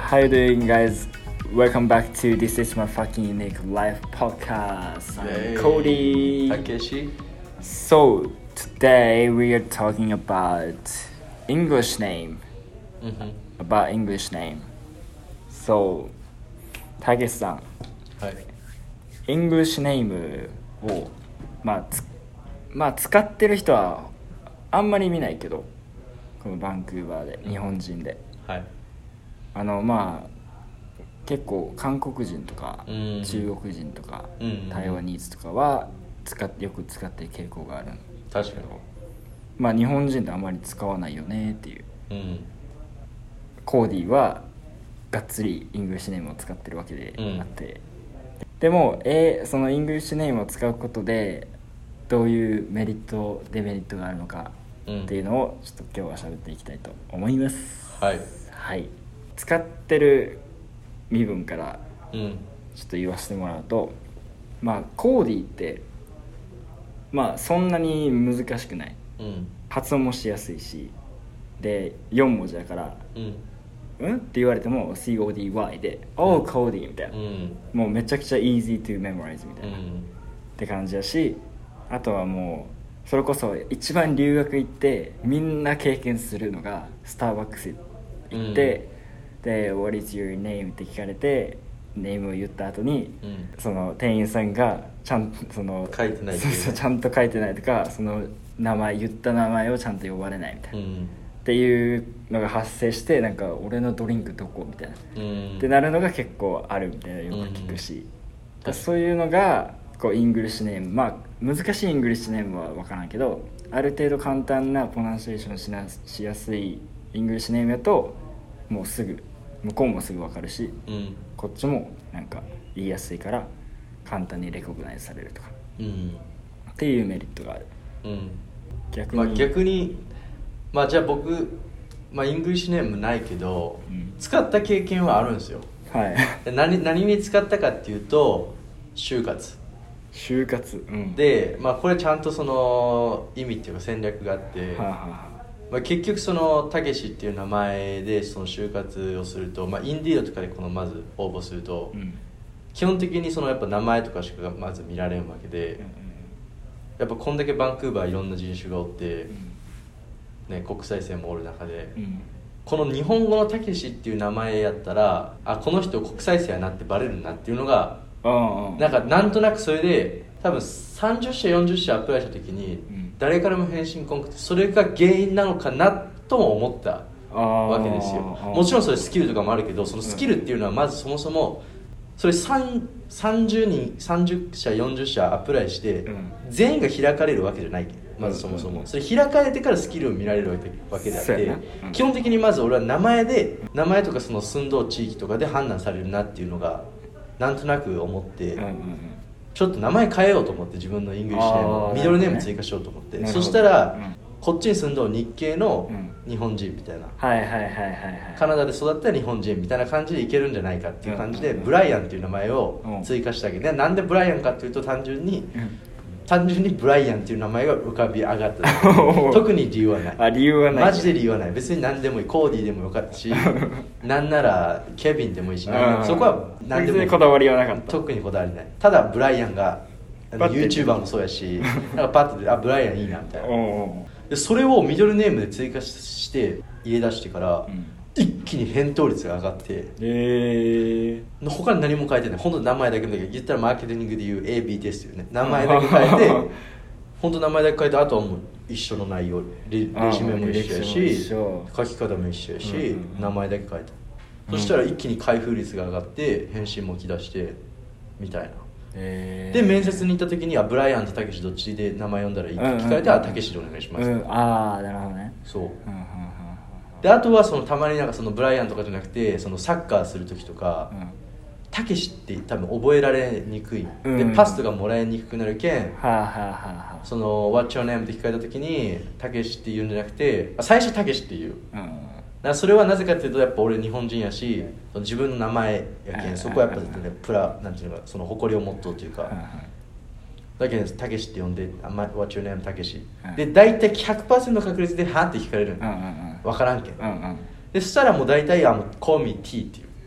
How you doing, guys? Welcome back to This Is My Fucking Unique Life podcast. I'm Cody. Takeshi. So today we are talking about English name. About English name. So, たけしさん、 はい。 English name を使ってる人はあんまり見ないけど、このバンクーバーで日本人で、 はい。 結構韓国人とか、中国人とか、台湾ニーズとかはよく使ってる傾向があるんだけど、日本人ってあんまり使わないよねっていう、コーディはがっつりイングリッシュネームを使ってるわけであって、でも、そのイングリッシュネームを使うことでどういうメリットデメリットがあるのかっていうのをちょっと今日は喋っていきたいと思います。 はい。 はい、使ってる身分からちょっと言わせてもらうと、コーディってそんなに難しくない、発音もしやすいし、で4文字だから、って言われても CODY でコーディみたいな、もうめちゃくちゃ easy to memorize みたいな、って感じだし、あとはもうそれこそ一番留学行ってみんな経験するのがスターバックス行って、で What is your name? って聞かれてネームを言った後に、その店員さんがちゃんとその書いてないちゃんと書いてないとか、その言った名前をちゃんと呼ばれないみたいな、っていうのが発生して、なんか俺のドリンクどこみたいな、ってなるのが結構あるみたいな、よく聞くし、そういうのがこうイングリッシュネーム、難しいイングリッシュネームは分からんけど、ある程度簡単なプロナンシエーションしやすいイングリッシュネームだともうすぐ向こうもすぐ分かるし、こっちもなんか言いやすいから簡単にレコグナイズされるとか、っていうメリットがある。逆にじゃあ僕、イングリッシュネームないけど、使った経験はあるんですよ。何に使ったかっていうと就活、で、これちゃんとその意味っていうか戦略があって、結局そのたけしっていう名前でその就活をすると、インディードとかでこのまず応募すると、基本的にそのやっぱ名前とかしかまず見られんわけで、やっぱこんだけバンクーバーいろんな人種がおって、国際線もおる中で、この日本語のたけしっていう名前やったら、この人国際線やなってバレるなっていうのが、なんとなくそれで多分30社40社アプライした時に、誰からも返信来んくて、それが原因なのかなとも思ったわけですよ。もちろんそれスキルとかもあるけど、そのスキルっていうのはまずそもそもそれ30社40社アプライして、全員が開かれるわけじゃないけど、まずそもそもそれ開かれてからスキルを見られるわけであって、基本的にまず俺は名前とかその住んどう地域とかで判断されるなっていうのがなんとなく思って、ちょっと名前変えようと思って、自分のイングリッシュネームミドルネーム追加しようと思って、そしたら、こっちに住んどう日系の日本人みたいな、カナダで育った日本人みたいな感じでいけるんじゃないかっていう感じで、ブライアンっていう名前を追加したわけで、なんでブライアンかっていうと、単純にブライアンっていう名前が浮かび上がった特に理由はない。マジで理由はない。別に何でもいい。コーディでもよかったしなんならケビンでもいいし、そこは何でもいい。 こだわりはなかった。 特にこだわりない。ただブライアンがYouTuber もそうやし、なんかパッとブライアンいいなみたいなで、それをミドルネームで追加して入れ出してから、一気に返答率が上がって、他に何も書いてない。本当に名前だけ言ったらマーケティングでいう AB テストよね。名前だけ書いて本当名前だけ書いて、あとはもう一緒の内容、レジュメも一緒やし、書き方も一緒やし、名前だけ書いて、そしたら一気に開封率が上がって返信も来だしてみたいな。で面接に行った時にはブライアンとたけしどっちで名前呼んだらいいって聞かれて、たけしでお願いします、 なるほどね。 そう、であとはそのたまになんかそのブライアンとかじゃなくて、そのサッカーする時とか、たけしって多分覚えられにくい、でパスとかもらいにくくなるけん、その What's your name? って聞かれた時にたけしって言うんじゃなくて、最初たけしって言う、だからそれはなぜかっていうと、やっぱ俺日本人やし、自分の名前やけん、そこはやっぱなんていうのか、その誇りを持っとうというか、だけどたけしって呼んで、What's your name? たけし、で大体 100% の確率ではって聞かれる、分からんけん、でそしたらもう大体Call me T っていう、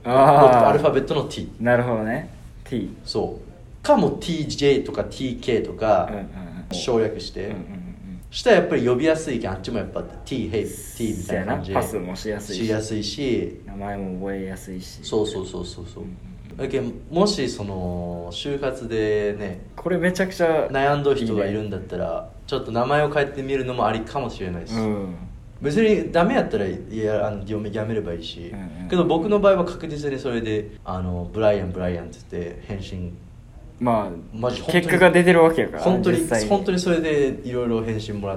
アルファベットの T。 なるほどね。 T。 そうかも TJ とか TK とか省略して、したらやっぱり呼びやすいけん、あっちもやっぱ T、ヘイ、T みたいな感じでパスもしやすいし、 名前も覚えやすいし。 そうだけどもしその就活でね、 これめちゃくちゃ悩んどる人がいるんだったらちょっと名前を変えてみるのもありかもしれないし、別にダメやったらやめればいいし、けど僕の場合は確実にそれでブライアンって言って返信、 まあマジ結果が出てるわけやから、 本当にそれでいろいろ返信もらって、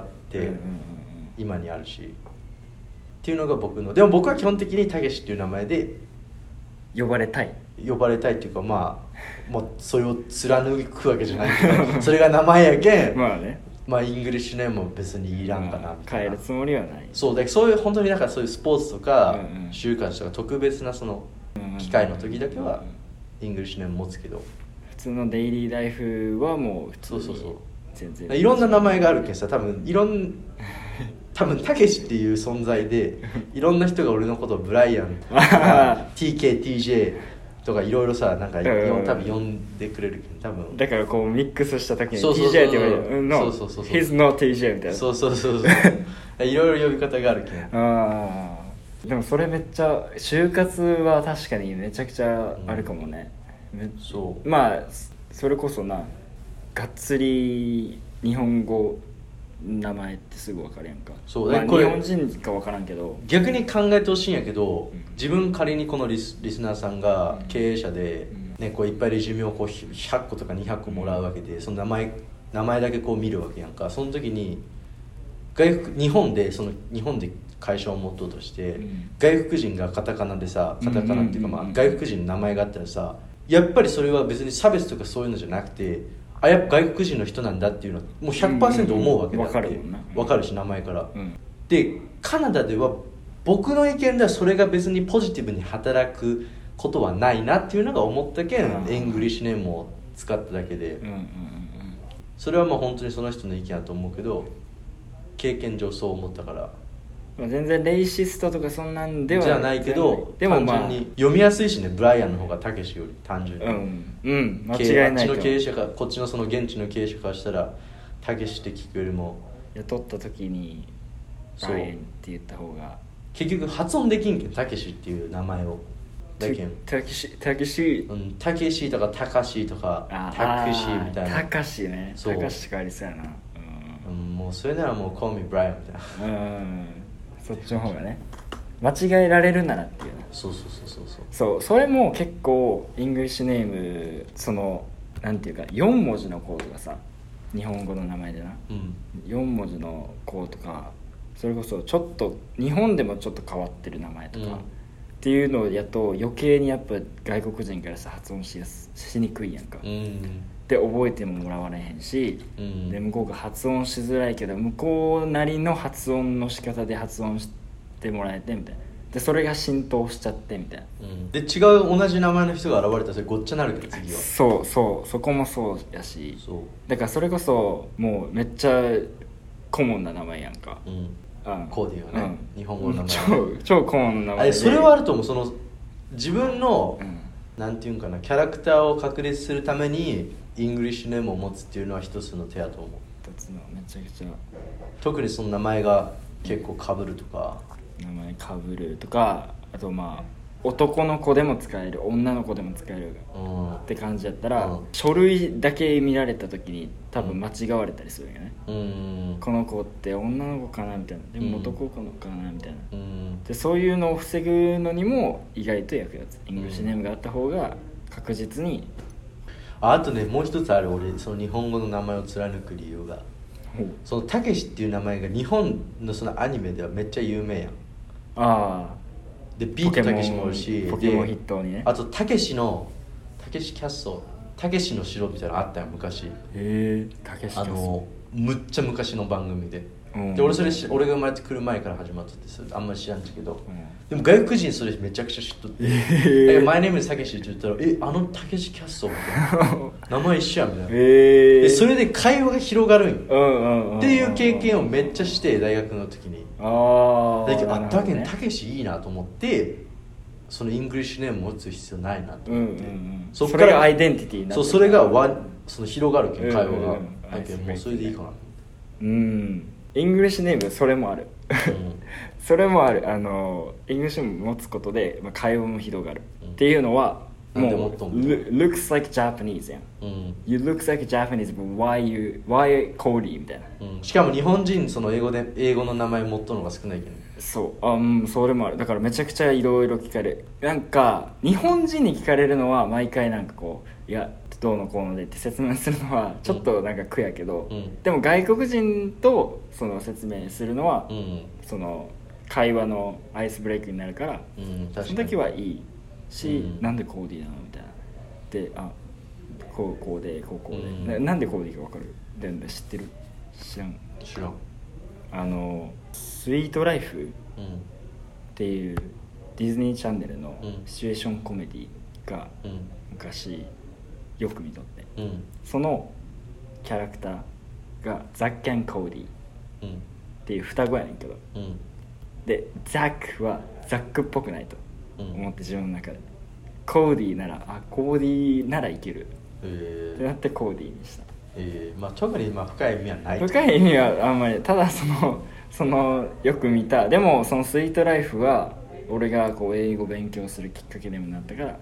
今にあるしっていうのが僕の。でも僕は基本的にたけしっていう名前で呼ばれたいっていうか、まあもうそれを貫くわけじゃないけどそれが名前やけんまあね、 まあイングリッシュネームも別にいらんかなみたいな、 変えるつもりはない。 そういう本当になんかそういうスポーツとか就活とか特別なその機会の時だけはイングリッシュネーム持つけど、 普通のデイリーライフはもう普通に全然いろんな名前があるけどさ、多分たけしっていう存在でいろんな人が俺のことをブライアンとかTKTJ とかいろいろさ、なんか多分呼んでくれるけど、多分だからこうミックスした時に TJ って言われるの He's no TJ みたいな、 そういろいろ呼び方があるけん。 でもそれめっちゃ就活は確かにめちゃくちゃあるかもね、まあそれこそな、がっつり日本語名前ってすぐ分かるやんか。そう、まあ、日本人か分からんけど、 逆に考えてほしいんやけど、自分仮にこのリスナーさんが経営者で、ね、こういっぱいレジュメをこう100個とか200個もらうわけで、その名前だけこう見るわけやんか。その時に日本で会社を持とうとして、外国人がカタカナでさ、カタカナっていうか、まあ外国人の名前があったらさ、やっぱりそれは別に差別とかそういうのじゃなくて、やっぱ外国人の人なんだっていうのはもう 100% 思うわけだって、分かるし名前から、でカナダでは僕の意見ではそれが別にポジティブに働くことはないなっていうのが思ったけん、エングリッシュネームを使っただけで、それはまあ本当にその人の意見だと思うけど、経験上そう思ったから。 全然レイシストとかそんなんではじゃないけど、でも単純に読みやすいしね、ブライアンの方がたけしより単純に、間違いないと。こっちの経営者か、こっちのその現地の経営者からしたらたけしって聞くよりも、 雇った時にブライアンって言った方が結局発音できんけん、たけしっていう名前をだけんたけしとかたかしとかたくしみたいな、 たかしね、たかしかありそうやな、 もうそれならもう call me Brian みたいな、 そっちの方がね、間違えられるならっていうね。そうそれも結構イングリッシュネーム、そのなんていうか4文字のコードがさ、日本語の名前でな、4文字のコードとか、それこそちょっと日本でもちょっと変わってる名前とか、っていうのをやと余計にやっぱ外国人からさ発音しにくいやんか、で覚えてもらわれへんし、で向こうが発音しづらいけど向こうなりの発音の仕方で発音してもらえてみたいな、でそれが浸透しちゃってみたいな、 で違う同じ名前の人が現れたらそれごっちゃなるけど、次はそこもそうやし、だからそれこそもうめっちゃコモンな名前やんか、 コーディはね、日本語の名前超コモンな名前で、 それはあると思う。その自分の、なんていうんかな、キャラクターを確立するためにイングリッシュネームを持つっていうのは一つの手だと思う。 一つのめちゃくちゃ、 特にその名前が結構かぶるとか、 あとまあ男の子でも使える、女の子でも使えるって感じやったら、書類だけ見られた時に多分間違われたりするよね、この子って女の子かなみたいな、でも男の子かなみたいな、でそういうのを防ぐのにも意外と役立つイングリッシュネームがあった方が確実に。 あとね、もう一つある。俺その日本語の名前を貫く理由が、そのたけしっていう名前が日本のそのアニメではめっちゃ有名やん。でビートたけしもおるし、 ポケモン筆頭にね、 あとたけしキャッソ、たけしの城みたいなのあったよ昔。 たけしキャッソ、 むっちゃ昔の番組で、で俺が生まれてくる前から始まってて、それあんまり知らんけど、でも外国人それめちゃくちゃ知っとって、マイネームズたけしって言ったら、たけしキャッソみたいな名前一緒やみたいな、でそれで会話が広がるんよ、っていう経験をめっちゃして、大学の時に。だけどたけしいいなと思って、 そのイングリッシュネームを持つ必要ないなと思って、そこからアイデンティティになって、 それがその広がるけん会話が、もうそれでいいかな。 イングリッシュネームそれもある、それもある。イングリッシュネーム持つことで、会話も広がる、っていうのはもう looks like Japanese やん、You looks like Japanese but why Cody みたいな、しかも日本人その英語の名前持っとるのが少ないけど、 そう、それもある。だからめちゃくちゃいろいろ聞かれる。なんか日本人に聞かれるのは毎回なんかこう、いやどうのこうのでって説明するのはちょっとなんか苦やけど、でも外国人とその説明するのは、その会話のアイスブレイクになるから、その時はいいし、なんでコーディなのみたいなで、こうでこうで、なんでコーディか分かる？で知ってる？知らん。スイートライフっていうディズニーチャンネルのシチュエーションコメディが昔よく見とって、そのキャラクターがザック&コーディっていう双子やねんけど、でザックはザックっぽくないと思って自分の中で、コーディならコーディならいけるってなってコーディにした。 特に深い意味はない。 深い意味はあんまり。ただそのよく見た、でもそのスイートライフは俺がこう英語勉強するきっかけにもなったから。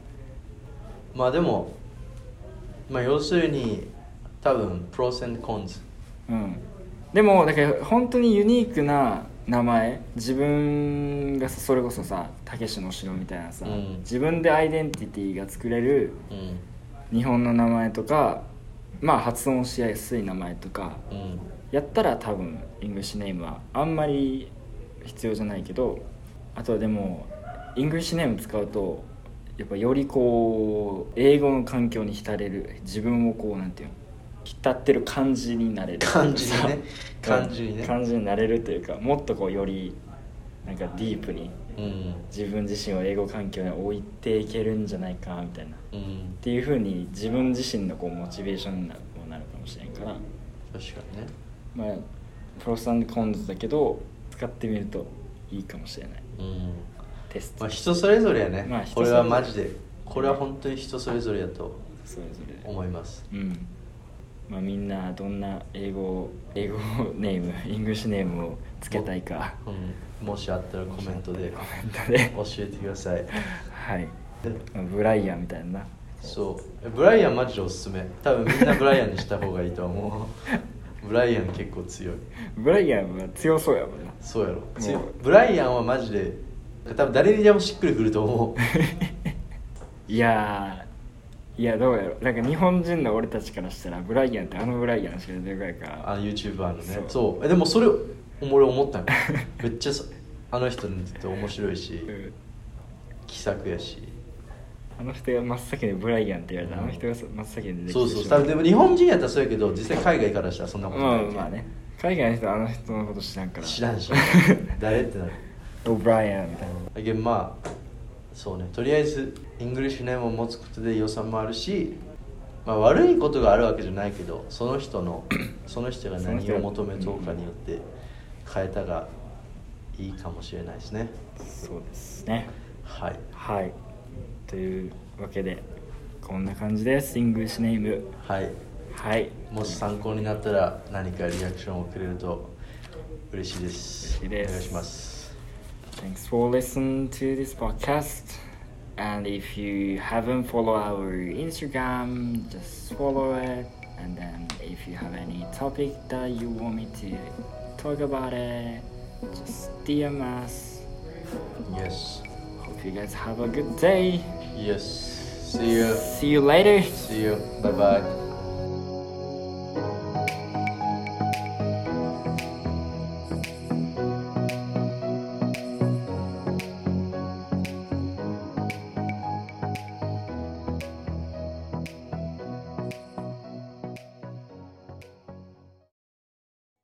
でも要するに多分プロセントコンズ、 でもだから本当にユニークな名前、自分がそれこそさたけしの城みたいなさ、自分でアイデンティティが作れる日本の名前とか、発音しやすい名前とか、やったら多分イングリッシュネームはあんまり必要じゃないけど、あとはでもイングリッシュネーム使うとやっぱよりこう英語の環境に浸れる、自分をこうなんていうの、浸ってる感じになれる、 感じになれるというか、もっとこうよりなんかディープに自分自身を英語環境に置いていけるんじゃないかみたいな、っていう風に自分自身のこうモチベーションになるかもしれんから、 確かにね、 プロス&コンズだけど使ってみるといいかもしれない、テスト。 人それぞれやね、これはマジで、これは本当に人それぞれやと思います。 みんなどんな英語ネーム、イングリッシュネームをつけたいか、 もしあったらコメントで教えてください。 はい。ブライアンみたいな。 そう、ブライアンマジでおすすめ。多分みんなブライアンにした方がいいと思う。ブライアン結構強い。 ブライアンは強そうやもんな。 そうやろ。ブライアンはマジで多分誰にでもしっくりくると思う。 いやどうやろ。なんか日本人の俺たちからしたらブライアンってブライアンしか出てこないから。 YouTuber のね。そうでもそれ俺思ったの。めっちゃあの人にとって面白いし、気さくやし。 あの人が真っ先にブライアンって言われた、あの人が真っ先に出てきてしまう。 そうでも日本人やったらそうやけど、実際海外からしたらそんなことない。 ね。海外の人はあの人のこと知らんから。 知らんし。誰ってなる。 オブライアンみたいな。 そうね、とりあえずイングリッシュネームを持つことで予算もあるし、悪いことがあるわけじゃないけど、その人が何を求めとうかによって変えたがいいかもしれないですね。 そうですね。 はい、 というわけでこんな感じです。イングリッシュネーム。はい。 もし参考になったら何かリアクションをくれると嬉しいです。お願いします。 Thanks for listening to this podcast. And if you haven't followed our Instagram, just follow it. And then if you have any topic that you want me to talk about it, just DM us. Yes. Hope you guys have a good day. Yes. See you. See you later. See you. Bye bye.